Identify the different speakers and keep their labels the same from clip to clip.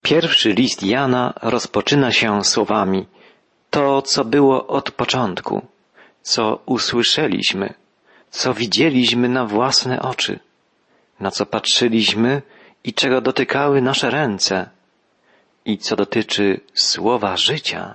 Speaker 1: Pierwszy list Jana rozpoczyna się słowami: to, co było od początku, co usłyszeliśmy, co widzieliśmy na własne oczy, na co patrzyliśmy i czego dotykały nasze ręce i co dotyczy słowa życia.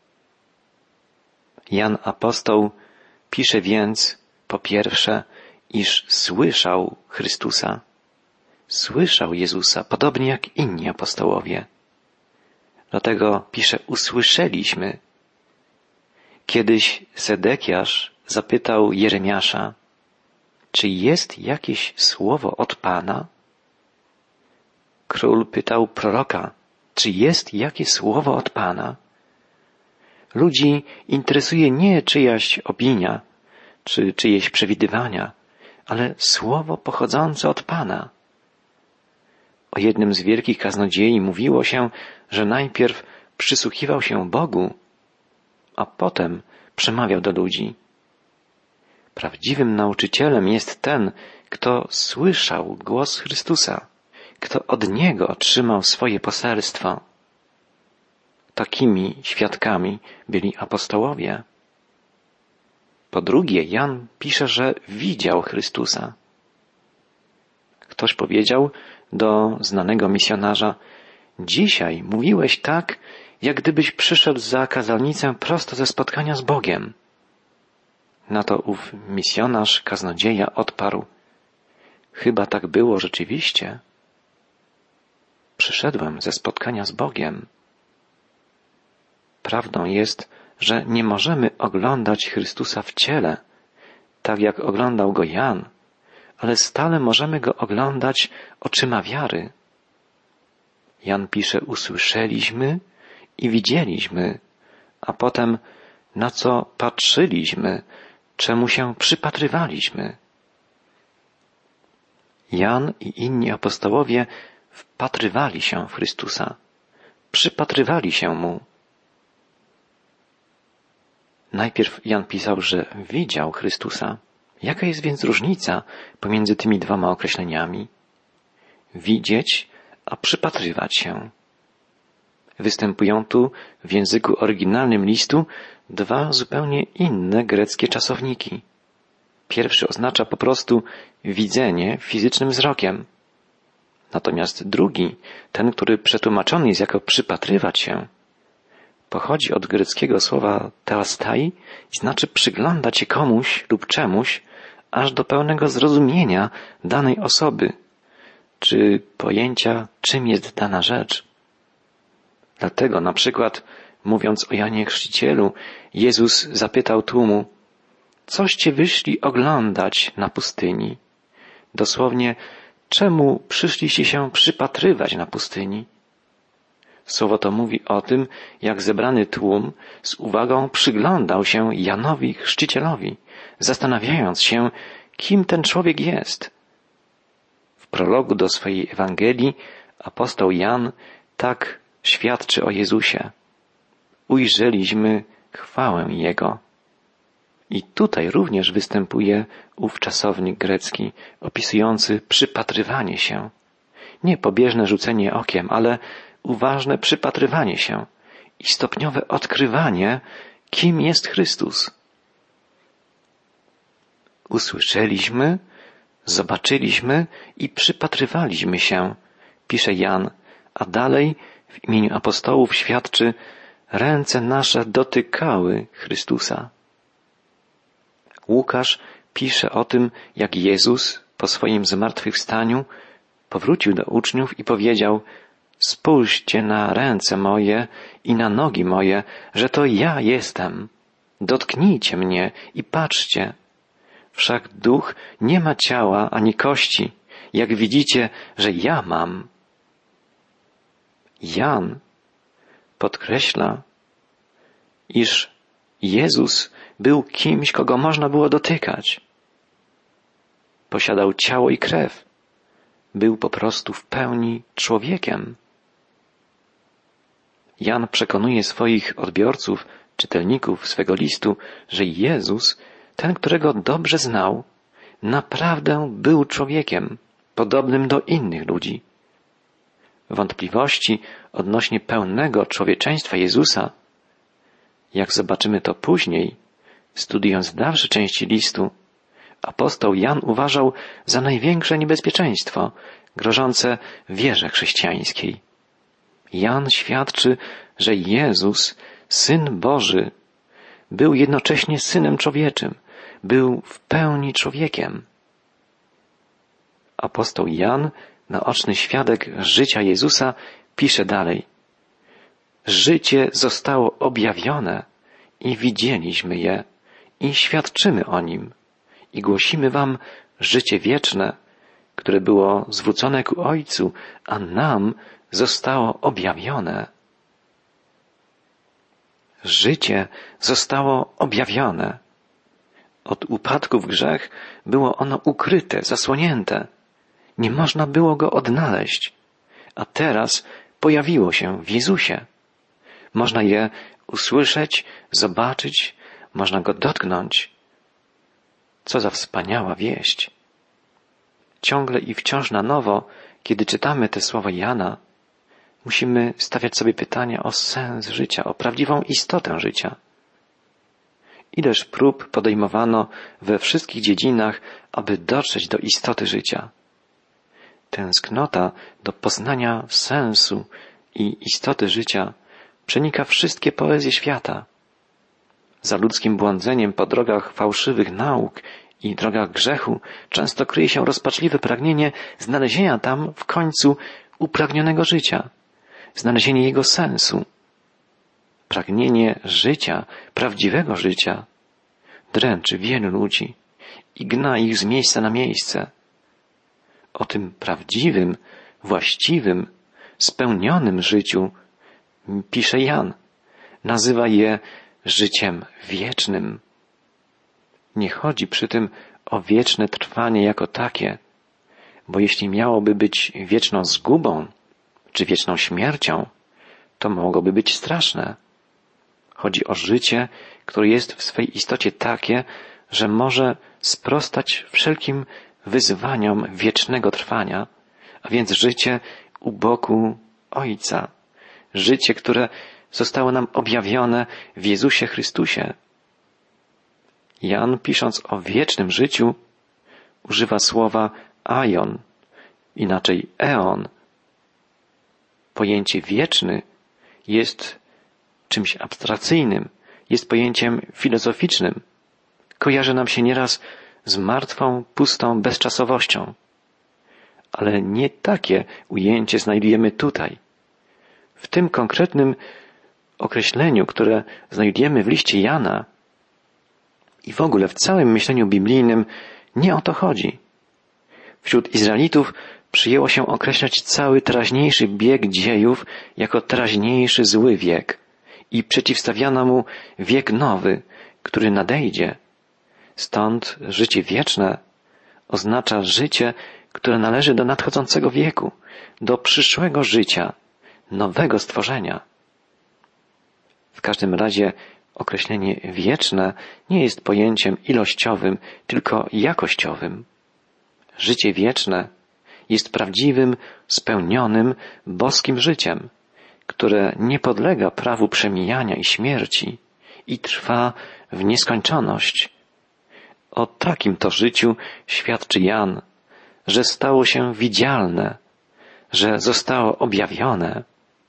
Speaker 1: Jan Apostoł pisze więc, po pierwsze, iż słyszał Chrystusa. Słyszał Jezusa, podobnie jak inni apostołowie. Dlatego pisze: usłyszeliśmy. Kiedyś Sedekiasz zapytał Jeremiasza: czy jest jakieś słowo od Pana? Król pytał proroka: czy jest jakieś słowo od Pana? Ludzi interesuje nie czyjaś opinia, czy czyjeś przewidywania, ale słowo pochodzące od Pana. O jednym z wielkich kaznodziei mówiło się, że najpierw przysłuchiwał się Bogu, a potem przemawiał do ludzi. Prawdziwym nauczycielem jest ten, kto słyszał głos Chrystusa, kto od Niego otrzymał swoje poselstwo. Takimi świadkami byli apostołowie. Po drugie, Jan pisze, że widział Chrystusa. Ktoś powiedział do znanego misjonarza: dzisiaj mówiłeś tak, jak gdybyś przyszedł za kazalnicę prosto ze spotkania z Bogiem. Na to ów misjonarz, kaznodzieja odparł: chyba tak było rzeczywiście. Przyszedłem ze spotkania z Bogiem. Prawdą jest, że nie możemy oglądać Chrystusa w ciele, tak jak oglądał Go Jan, ale stale możemy Go oglądać oczyma wiary. Jan pisze: usłyszeliśmy i widzieliśmy, a potem na co patrzyliśmy, czemu się przypatrywaliśmy. Jan i inni apostołowie wpatrywali się w Chrystusa, przypatrywali się Mu. Najpierw Jan pisał, że widział Chrystusa. Jaka jest więc różnica pomiędzy tymi dwoma określeniami? Widzieć, a przypatrywać się. Występują tu w języku oryginalnym listu dwa zupełnie inne greckie czasowniki. Pierwszy oznacza po prostu widzenie fizycznym wzrokiem. Natomiast drugi, ten, który przetłumaczony jest jako przypatrywać się, pochodzi od greckiego słowa telastai i znaczy przyglądać się komuś lub czemuś, aż do pełnego zrozumienia danej osoby, czy pojęcia, czym jest dana rzecz. Dlatego na przykład, mówiąc o Janie Chrzcicielu, Jezus zapytał tłumu: coście wyszli oglądać na pustyni? Dosłownie, czemu przyszliście się przypatrywać na pustyni? Słowo to mówi o tym, jak zebrany tłum z uwagą przyglądał się Janowi Chrzcicielowi, zastanawiając się, kim ten człowiek jest. W prologu do swojej Ewangelii apostoł Jan tak świadczy o Jezusie: ujrzeliśmy chwałę Jego. I tutaj również występuje ów czasownik grecki opisujący przypatrywanie się. Nie pobieżne rzucenie okiem, ale uważne przypatrywanie się i stopniowe odkrywanie, kim jest Chrystus. Usłyszeliśmy, zobaczyliśmy i przypatrywaliśmy się, pisze Jan, a dalej w imieniu apostołów świadczy: ręce nasze dotykały Chrystusa. Łukasz pisze o tym, jak Jezus po swoim zmartwychwstaniu powrócił do uczniów i powiedział: spójrzcie na ręce moje i na nogi moje, że to ja jestem. Dotknijcie mnie i patrzcie. Wszak duch nie ma ciała ani kości, jak widzicie, że ja mam. Jan podkreśla, iż Jezus był kimś, kogo można było dotykać. Posiadał ciało i krew. Był po prostu w pełni człowiekiem. Jan przekonuje swoich odbiorców, czytelników swego listu, że Jezus, ten, którego dobrze znał, naprawdę był człowiekiem, podobnym do innych ludzi. wątpliwości odnośnie pełnego człowieczeństwa Jezusa, jak zobaczymy to później, studiując dalsze części listu, apostoł Jan uważał za największe niebezpieczeństwo grożące wierze chrześcijańskiej. Jan świadczy, że Jezus, Syn Boży, był jednocześnie Synem Człowieczym, był w pełni człowiekiem. Apostoł Jan, naoczny świadek życia Jezusa, pisze dalej: życie zostało objawione i widzieliśmy je i świadczymy o nim i głosimy wam życie wieczne, które było zwrócone ku Ojcu, a nam zostało objawione. Życie zostało objawione. Od upadku w grzech było ono ukryte, zasłonięte. Nie można było go odnaleźć, a teraz pojawiło się w Jezusie. Można je usłyszeć, zobaczyć, można go dotknąć. Co za wspaniała wieść! Ciągle i wciąż na nowo, kiedy czytamy te słowa Jana, musimy stawiać sobie pytania o sens życia, o prawdziwą istotę życia. Ileż prób podejmowano we wszystkich dziedzinach, aby dotrzeć do istoty życia. Tęsknota do poznania sensu i istoty życia przenika wszystkie poezje świata. Za ludzkim błądzeniem po drogach fałszywych nauk i drogach grzechu często kryje się rozpaczliwe pragnienie znalezienia tam w końcu upragnionego życia, znalezienie jego sensu. Pragnienie życia, prawdziwego życia, dręczy wielu ludzi i gna ich z miejsca na miejsce. O tym prawdziwym, właściwym, spełnionym życiu pisze Jan. Nazywa je życiem wiecznym. Nie chodzi przy tym o wieczne trwanie jako takie, bo jeśli miałoby być wieczną zgubą czy wieczną śmiercią, to mogłoby być straszne. Chodzi o życie, które jest w swej istocie takie, że może sprostać wszelkim wyzwaniom wiecznego trwania, a więc życie u boku Ojca. Życie, które zostało nam objawione w Jezusie Chrystusie. Jan, pisząc o wiecznym życiu, używa słowa aion, inaczej eon. Pojęcie wieczny jest czymś abstrakcyjnym, jest pojęciem filozoficznym. Kojarzy nam się nieraz z martwą, pustą bezczasowością. Ale nie takie ujęcie znajdujemy tutaj. W tym konkretnym określeniu, które znajdujemy w liście Jana i w ogóle w całym myśleniu biblijnym, nie o to chodzi. Wśród Izraelitów przyjęło się określać cały teraźniejszy bieg dziejów jako teraźniejszy zły wiek i przeciwstawiano mu wiek nowy, który nadejdzie. Stąd życie wieczne oznacza życie, które należy do nadchodzącego wieku, do przyszłego życia, nowego stworzenia. W każdym razie określenie wieczne nie jest pojęciem ilościowym, tylko jakościowym. Życie wieczne jest prawdziwym, spełnionym, boskim życiem, które nie podlega prawu przemijania i śmierci i trwa w nieskończoność. O takim to życiu świadczy Jan, że stało się widzialne, że zostało objawione.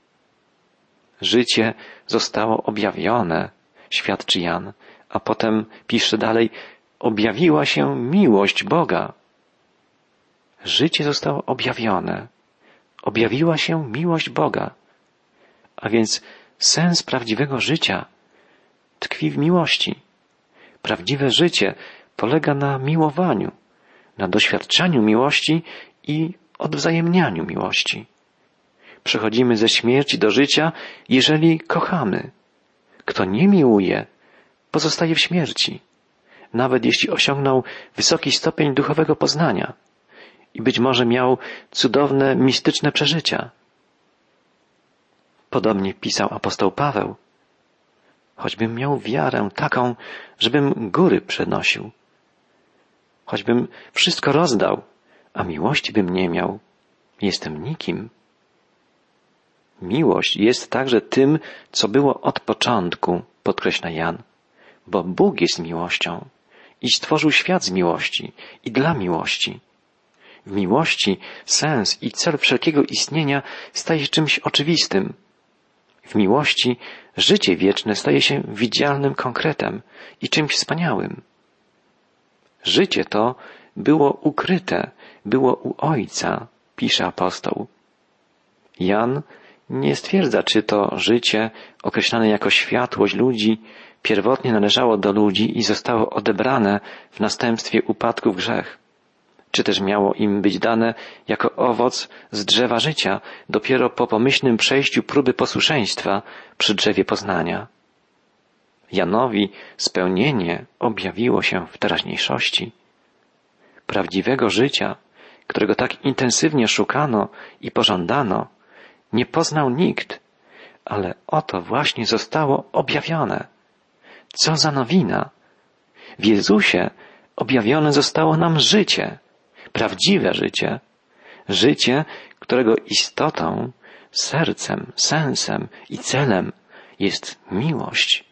Speaker 1: Życie zostało objawione, świadczy Jan, a potem pisze dalej, objawiła się miłość Boga. Życie zostało objawione, objawiła się miłość Boga. A więc sens prawdziwego życia tkwi w miłości. Prawdziwe życie polega na miłowaniu, na doświadczaniu miłości i odwzajemnianiu miłości. Przechodzimy ze śmierci do życia, jeżeli kochamy. Kto nie miłuje, pozostaje w śmierci, nawet jeśli osiągnął wysoki stopień duchowego poznania i być może miał cudowne, mistyczne przeżycia. Podobnie pisał apostoł Paweł. Choćbym miał wiarę taką, żebym góry przenosił. Choćbym wszystko rozdał, a miłości bym nie miał, jestem nikim. Miłość jest także tym, co było od początku, podkreśla Jan, bo Bóg jest miłością i stworzył świat z miłości i dla miłości. W miłości sens i cel wszelkiego istnienia staje się czymś oczywistym. W miłości życie wieczne staje się widzialnym konkretem i czymś wspaniałym. Życie to było ukryte, było u Ojca, pisze apostoł. Jan nie stwierdza, czy to życie, określane jako światłość ludzi, pierwotnie należało do ludzi i zostało odebrane w następstwie upadku w grzech, czy też miało im być dane jako owoc z drzewa życia dopiero po pomyślnym przejściu próby posłuszeństwa przy drzewie poznania. Janowi spełnienie objawiło się w teraźniejszości. Prawdziwego życia, którego tak intensywnie szukano i pożądano, nie poznał nikt, ale oto właśnie zostało objawione. Co za nowina! W Jezusie objawione zostało nam życie, prawdziwe życie, życie, którego istotą, sercem, sensem i celem jest miłość.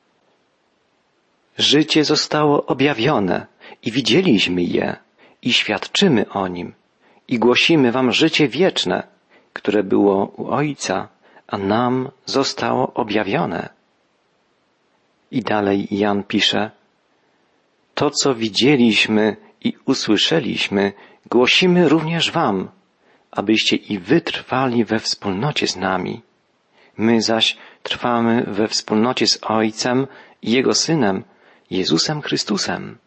Speaker 1: Życie zostało objawione i widzieliśmy je i świadczymy o nim i głosimy wam życie wieczne, które było u Ojca, a nam zostało objawione. I dalej Jan pisze: to, co widzieliśmy i usłyszeliśmy, głosimy również wam, abyście i wy trwali we wspólnocie z nami. My zaś trwamy we wspólnocie z Ojcem i Jego Synem, Jezusem Chrystusem.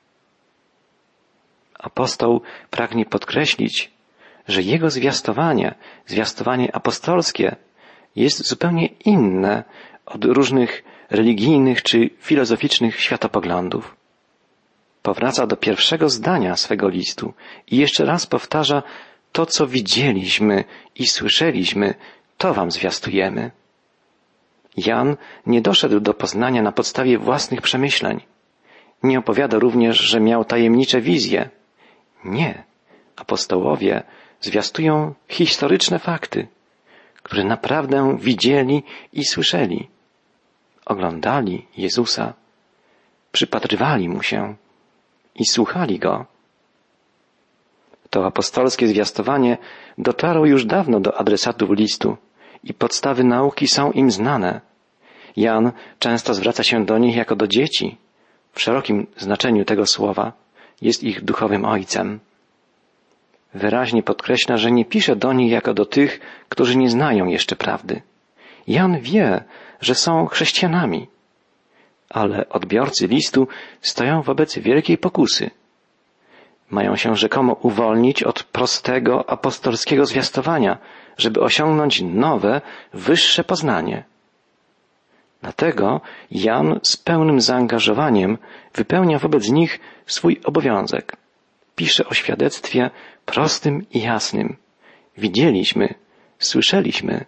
Speaker 1: Apostoł pragnie podkreślić, że jego zwiastowanie apostolskie jest zupełnie inne od różnych religijnych czy filozoficznych światopoglądów. Powraca do pierwszego zdania swego listu i jeszcze raz powtarza: to, co widzieliśmy i słyszeliśmy, to wam zwiastujemy. Jan nie doszedł do poznania na podstawie własnych przemyśleń. Nie opowiada również, że miał tajemnicze wizje. Nie. Apostołowie zwiastują historyczne fakty, które naprawdę widzieli i słyszeli. Oglądali Jezusa, przypatrywali Mu się i słuchali Go. To apostolskie zwiastowanie dotarło już dawno do adresatów listu i podstawy nauki są im znane. Jan często zwraca się do nich jako do dzieci. W szerokim znaczeniu tego słowa jest ich duchowym ojcem. Wyraźnie podkreśla, że nie pisze do nich jako do tych, którzy nie znają jeszcze prawdy. Jan wie, że są chrześcijanami, ale odbiorcy listu stoją wobec wielkiej pokusy. Mają się rzekomo uwolnić od prostego apostolskiego zwiastowania, żeby osiągnąć nowe, wyższe poznanie. Dlatego Jan z pełnym zaangażowaniem wypełnia wobec nich swój obowiązek. Pisze o świadectwie prostym i jasnym. Widzieliśmy, słyszeliśmy.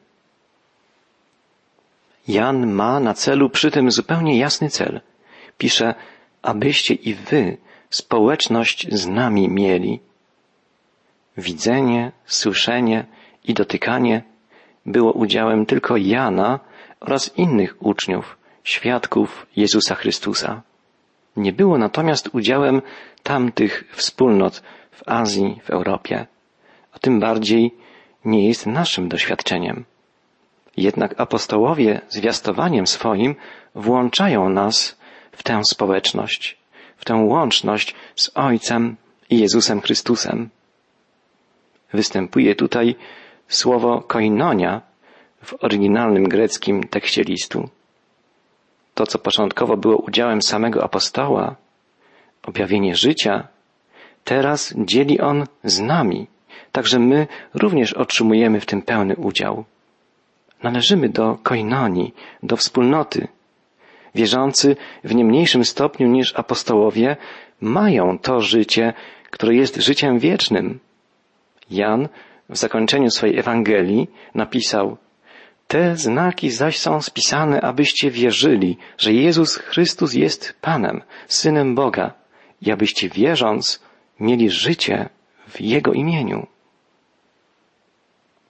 Speaker 1: Jan ma na celu przy tym zupełnie jasny cel. Pisze: abyście i wy społeczność z nami mieli. Widzenie, słyszenie i dotykanie było udziałem tylko Jana oraz innych uczniów, świadków Jezusa Chrystusa. Nie było natomiast udziałem tamtych wspólnot w Azji, w Europie, a tym bardziej nie jest naszym doświadczeniem. Jednak apostołowie zwiastowaniem swoim włączają nas w tę społeczność, w tę łączność z Ojcem i Jezusem Chrystusem. Występuje tutaj słowo koinonia w oryginalnym greckim tekście listu. To, co początkowo było udziałem samego apostoła, objawienie życia, teraz dzieli on z nami, także my również otrzymujemy w tym pełny udział. Należymy do koinonii, do wspólnoty. Wierzący w nie mniejszym stopniu niż apostołowie mają to życie, które jest życiem wiecznym. Jan w zakończeniu swojej Ewangelii napisał: te znaki zaś są spisane, abyście wierzyli, że Jezus Chrystus jest Panem, Synem Boga i abyście wierząc mieli życie w Jego imieniu.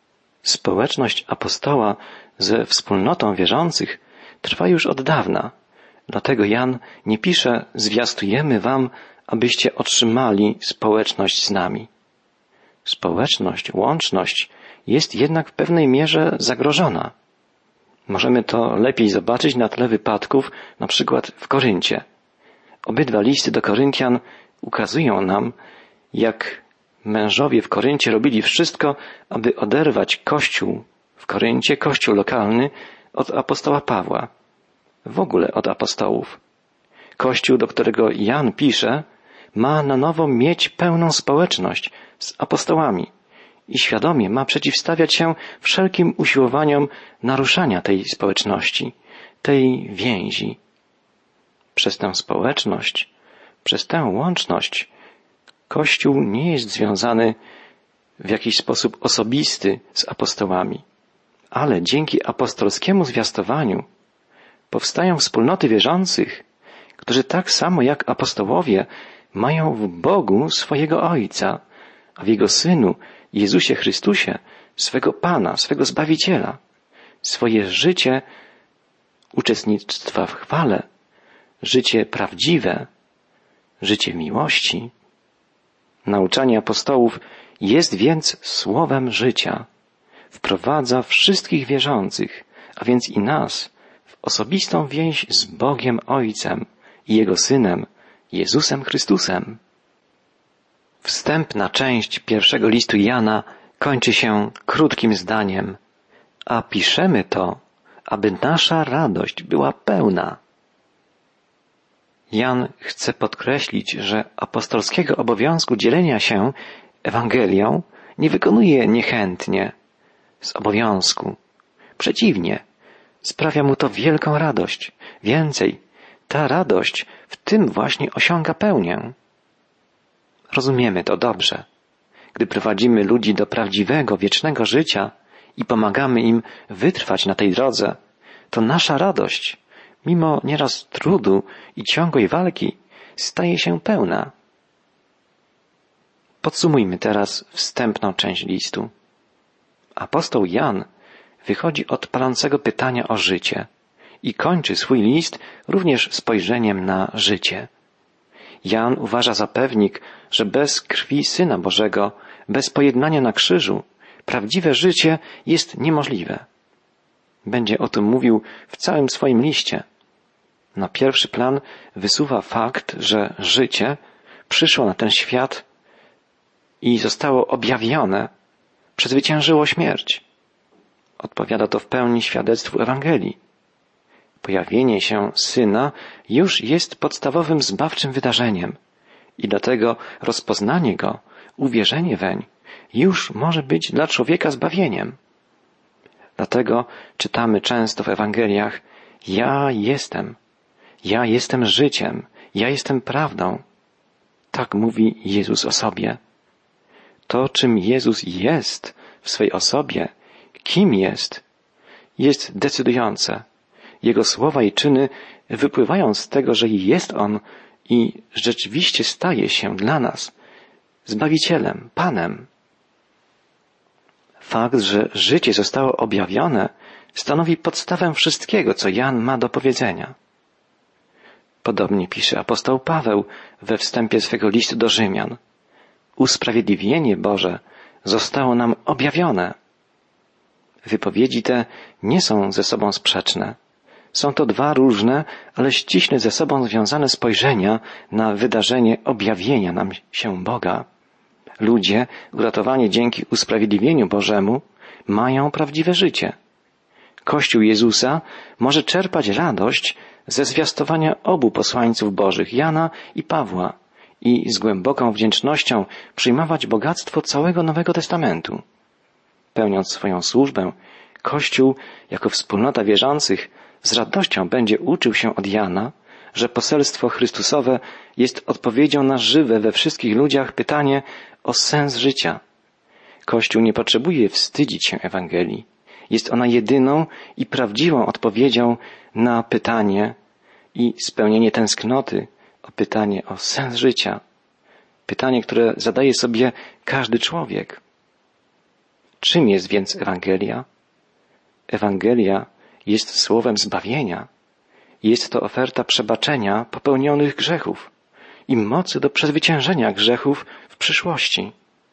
Speaker 1: Społeczność apostoła ze wspólnotą wierzących trwa już od dawna. Dlatego Jan nie pisze: zwiastujemy wam, abyście otrzymali społeczność z nami. Społeczność, łączność jest jednak w pewnej mierze zagrożona. Możemy to lepiej zobaczyć na tle wypadków, na przykład w Koryncie. Obydwa listy do Koryntian ukazują nam, jak mężowie w Koryncie robili wszystko, aby oderwać Kościół w Koryncie, Kościół lokalny, od apostoła Pawła. W ogóle od apostołów. Kościół, do którego Jan pisze, ma na nowo mieć pełną społeczność z apostołami i świadomie ma przeciwstawiać się wszelkim usiłowaniom naruszania tej społeczności, tej więzi. Przez tę społeczność, przez tę łączność Kościół nie jest związany w jakiś sposób osobisty z apostołami, ale dzięki apostolskiemu zwiastowaniu powstają wspólnoty wierzących, którzy tak samo jak apostołowie mają w Bogu swojego Ojca, a w Jego Synu, Jezusie Chrystusie, swego Pana, swego Zbawiciela, swoje życie uczestnictwa w chwale, życie prawdziwe, życie miłości. Nauczanie apostołów jest więc słowem życia. Wprowadza wszystkich wierzących, a więc i nas, w osobistą więź z Bogiem Ojcem i Jego Synem, Jezusem Chrystusem. Wstępna część pierwszego listu Jana kończy się krótkim zdaniem: a piszemy to, aby nasza radość była pełna. Jan chce podkreślić, że apostolskiego obowiązku dzielenia się Ewangelią nie wykonuje niechętnie, z obowiązku. Przeciwnie, sprawia mu to wielką radość. Więcej, ta radość w tym właśnie osiąga pełnię. Rozumiemy to dobrze. Gdy prowadzimy ludzi do prawdziwego, wiecznego życia i pomagamy im wytrwać na tej drodze, to nasza radość, mimo nieraz trudu i ciągłej walki, staje się pełna. Podsumujmy teraz wstępną część listu. Apostoł Jan wychodzi od palącego pytania o życie i kończy swój list również spojrzeniem na życie. Jan uważa za pewnik, że bez krwi Syna Bożego, bez pojednania na krzyżu, prawdziwe życie jest niemożliwe. Będzie o tym mówił w całym swoim liście. Na pierwszy plan wysuwa fakt, że życie przyszło na ten świat i zostało objawione, przezwyciężyło śmierć. Odpowiada to w pełni świadectwu Ewangelii. Pojawienie się Syna już jest podstawowym zbawczym wydarzeniem i dlatego rozpoznanie Go, uwierzenie weń już może być dla człowieka zbawieniem. Dlatego czytamy często w Ewangeliach: ja jestem życiem, ja jestem prawdą. Tak mówi Jezus o sobie. To, czym Jezus jest w swej osobie, kim jest decydujące. Jego słowa i czyny wypływają z tego, że jest On i rzeczywiście staje się dla nas Zbawicielem, Panem. Fakt, że życie zostało objawione, stanowi podstawę wszystkiego, co Jan ma do powiedzenia. Podobnie pisze apostoł Paweł we wstępie swego listu do Rzymian. Usprawiedliwienie Boże zostało nam objawione. Wypowiedzi te nie są ze sobą sprzeczne. Są to dwa różne, ale ściśle ze sobą związane spojrzenia na wydarzenie objawienia nam się Boga. Ludzie, uratowani dzięki usprawiedliwieniu Bożemu, mają prawdziwe życie. Kościół Jezusa może czerpać radość ze zwiastowania obu posłańców Bożych, Jana i Pawła, i z głęboką wdzięcznością przyjmować bogactwo całego Nowego Testamentu. Pełniąc swoją służbę, Kościół jako wspólnota wierzących z radością będzie uczył się od Jana, że poselstwo Chrystusowe jest odpowiedzią na żywe we wszystkich ludziach pytanie o sens życia. Kościół nie potrzebuje wstydzić się Ewangelii. Jest ona jedyną i prawdziwą odpowiedzią na pytanie i spełnienie tęsknoty o pytanie o sens życia. Pytanie, które zadaje sobie każdy człowiek. Czym jest więc Ewangelia? Ewangelia jest słowem zbawienia. Jest to oferta przebaczenia popełnionych grzechów i mocy do przezwyciężenia grzechów w przyszłości.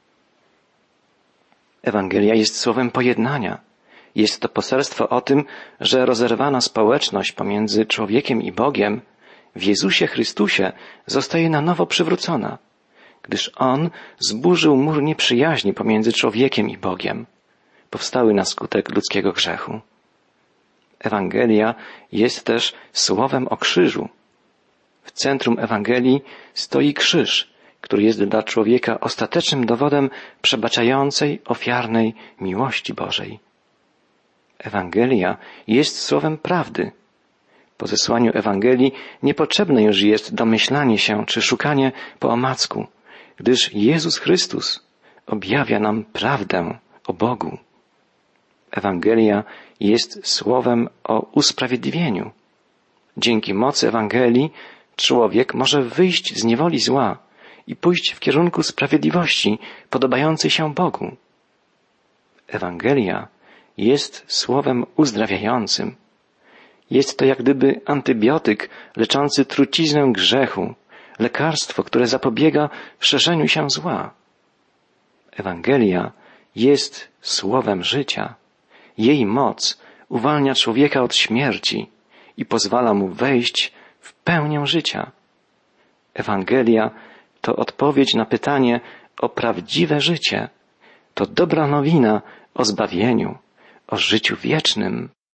Speaker 1: Ewangelia jest słowem pojednania. Jest to poselstwo o tym, że rozerwana społeczność pomiędzy człowiekiem i Bogiem w Jezusie Chrystusie zostaje na nowo przywrócona, gdyż On zburzył mur nieprzyjaźni pomiędzy człowiekiem i Bogiem, powstały na skutek ludzkiego grzechu. Ewangelia jest też słowem o krzyżu. W centrum Ewangelii stoi krzyż, który jest dla człowieka ostatecznym dowodem przebaczającej, ofiarnej miłości Bożej. Ewangelia jest słowem prawdy. Po zesłaniu Ewangelii niepotrzebne już jest domyślanie się czy szukanie po omacku, gdyż Jezus Chrystus objawia nam prawdę o Bogu. Ewangelia jest słowem o usprawiedliwieniu. Dzięki mocy Ewangelii człowiek może wyjść z niewoli zła i pójść w kierunku sprawiedliwości podobającej się Bogu. Ewangelia jest słowem uzdrawiającym. Jest to jak gdyby antybiotyk leczący truciznę grzechu, lekarstwo, które zapobiega szerzeniu się zła. Ewangelia jest słowem życia. Jej moc uwalnia człowieka od śmierci i pozwala mu wejść w pełnię życia. Ewangelia to odpowiedź na pytanie o prawdziwe życie. To dobra nowina o zbawieniu, o życiu wiecznym.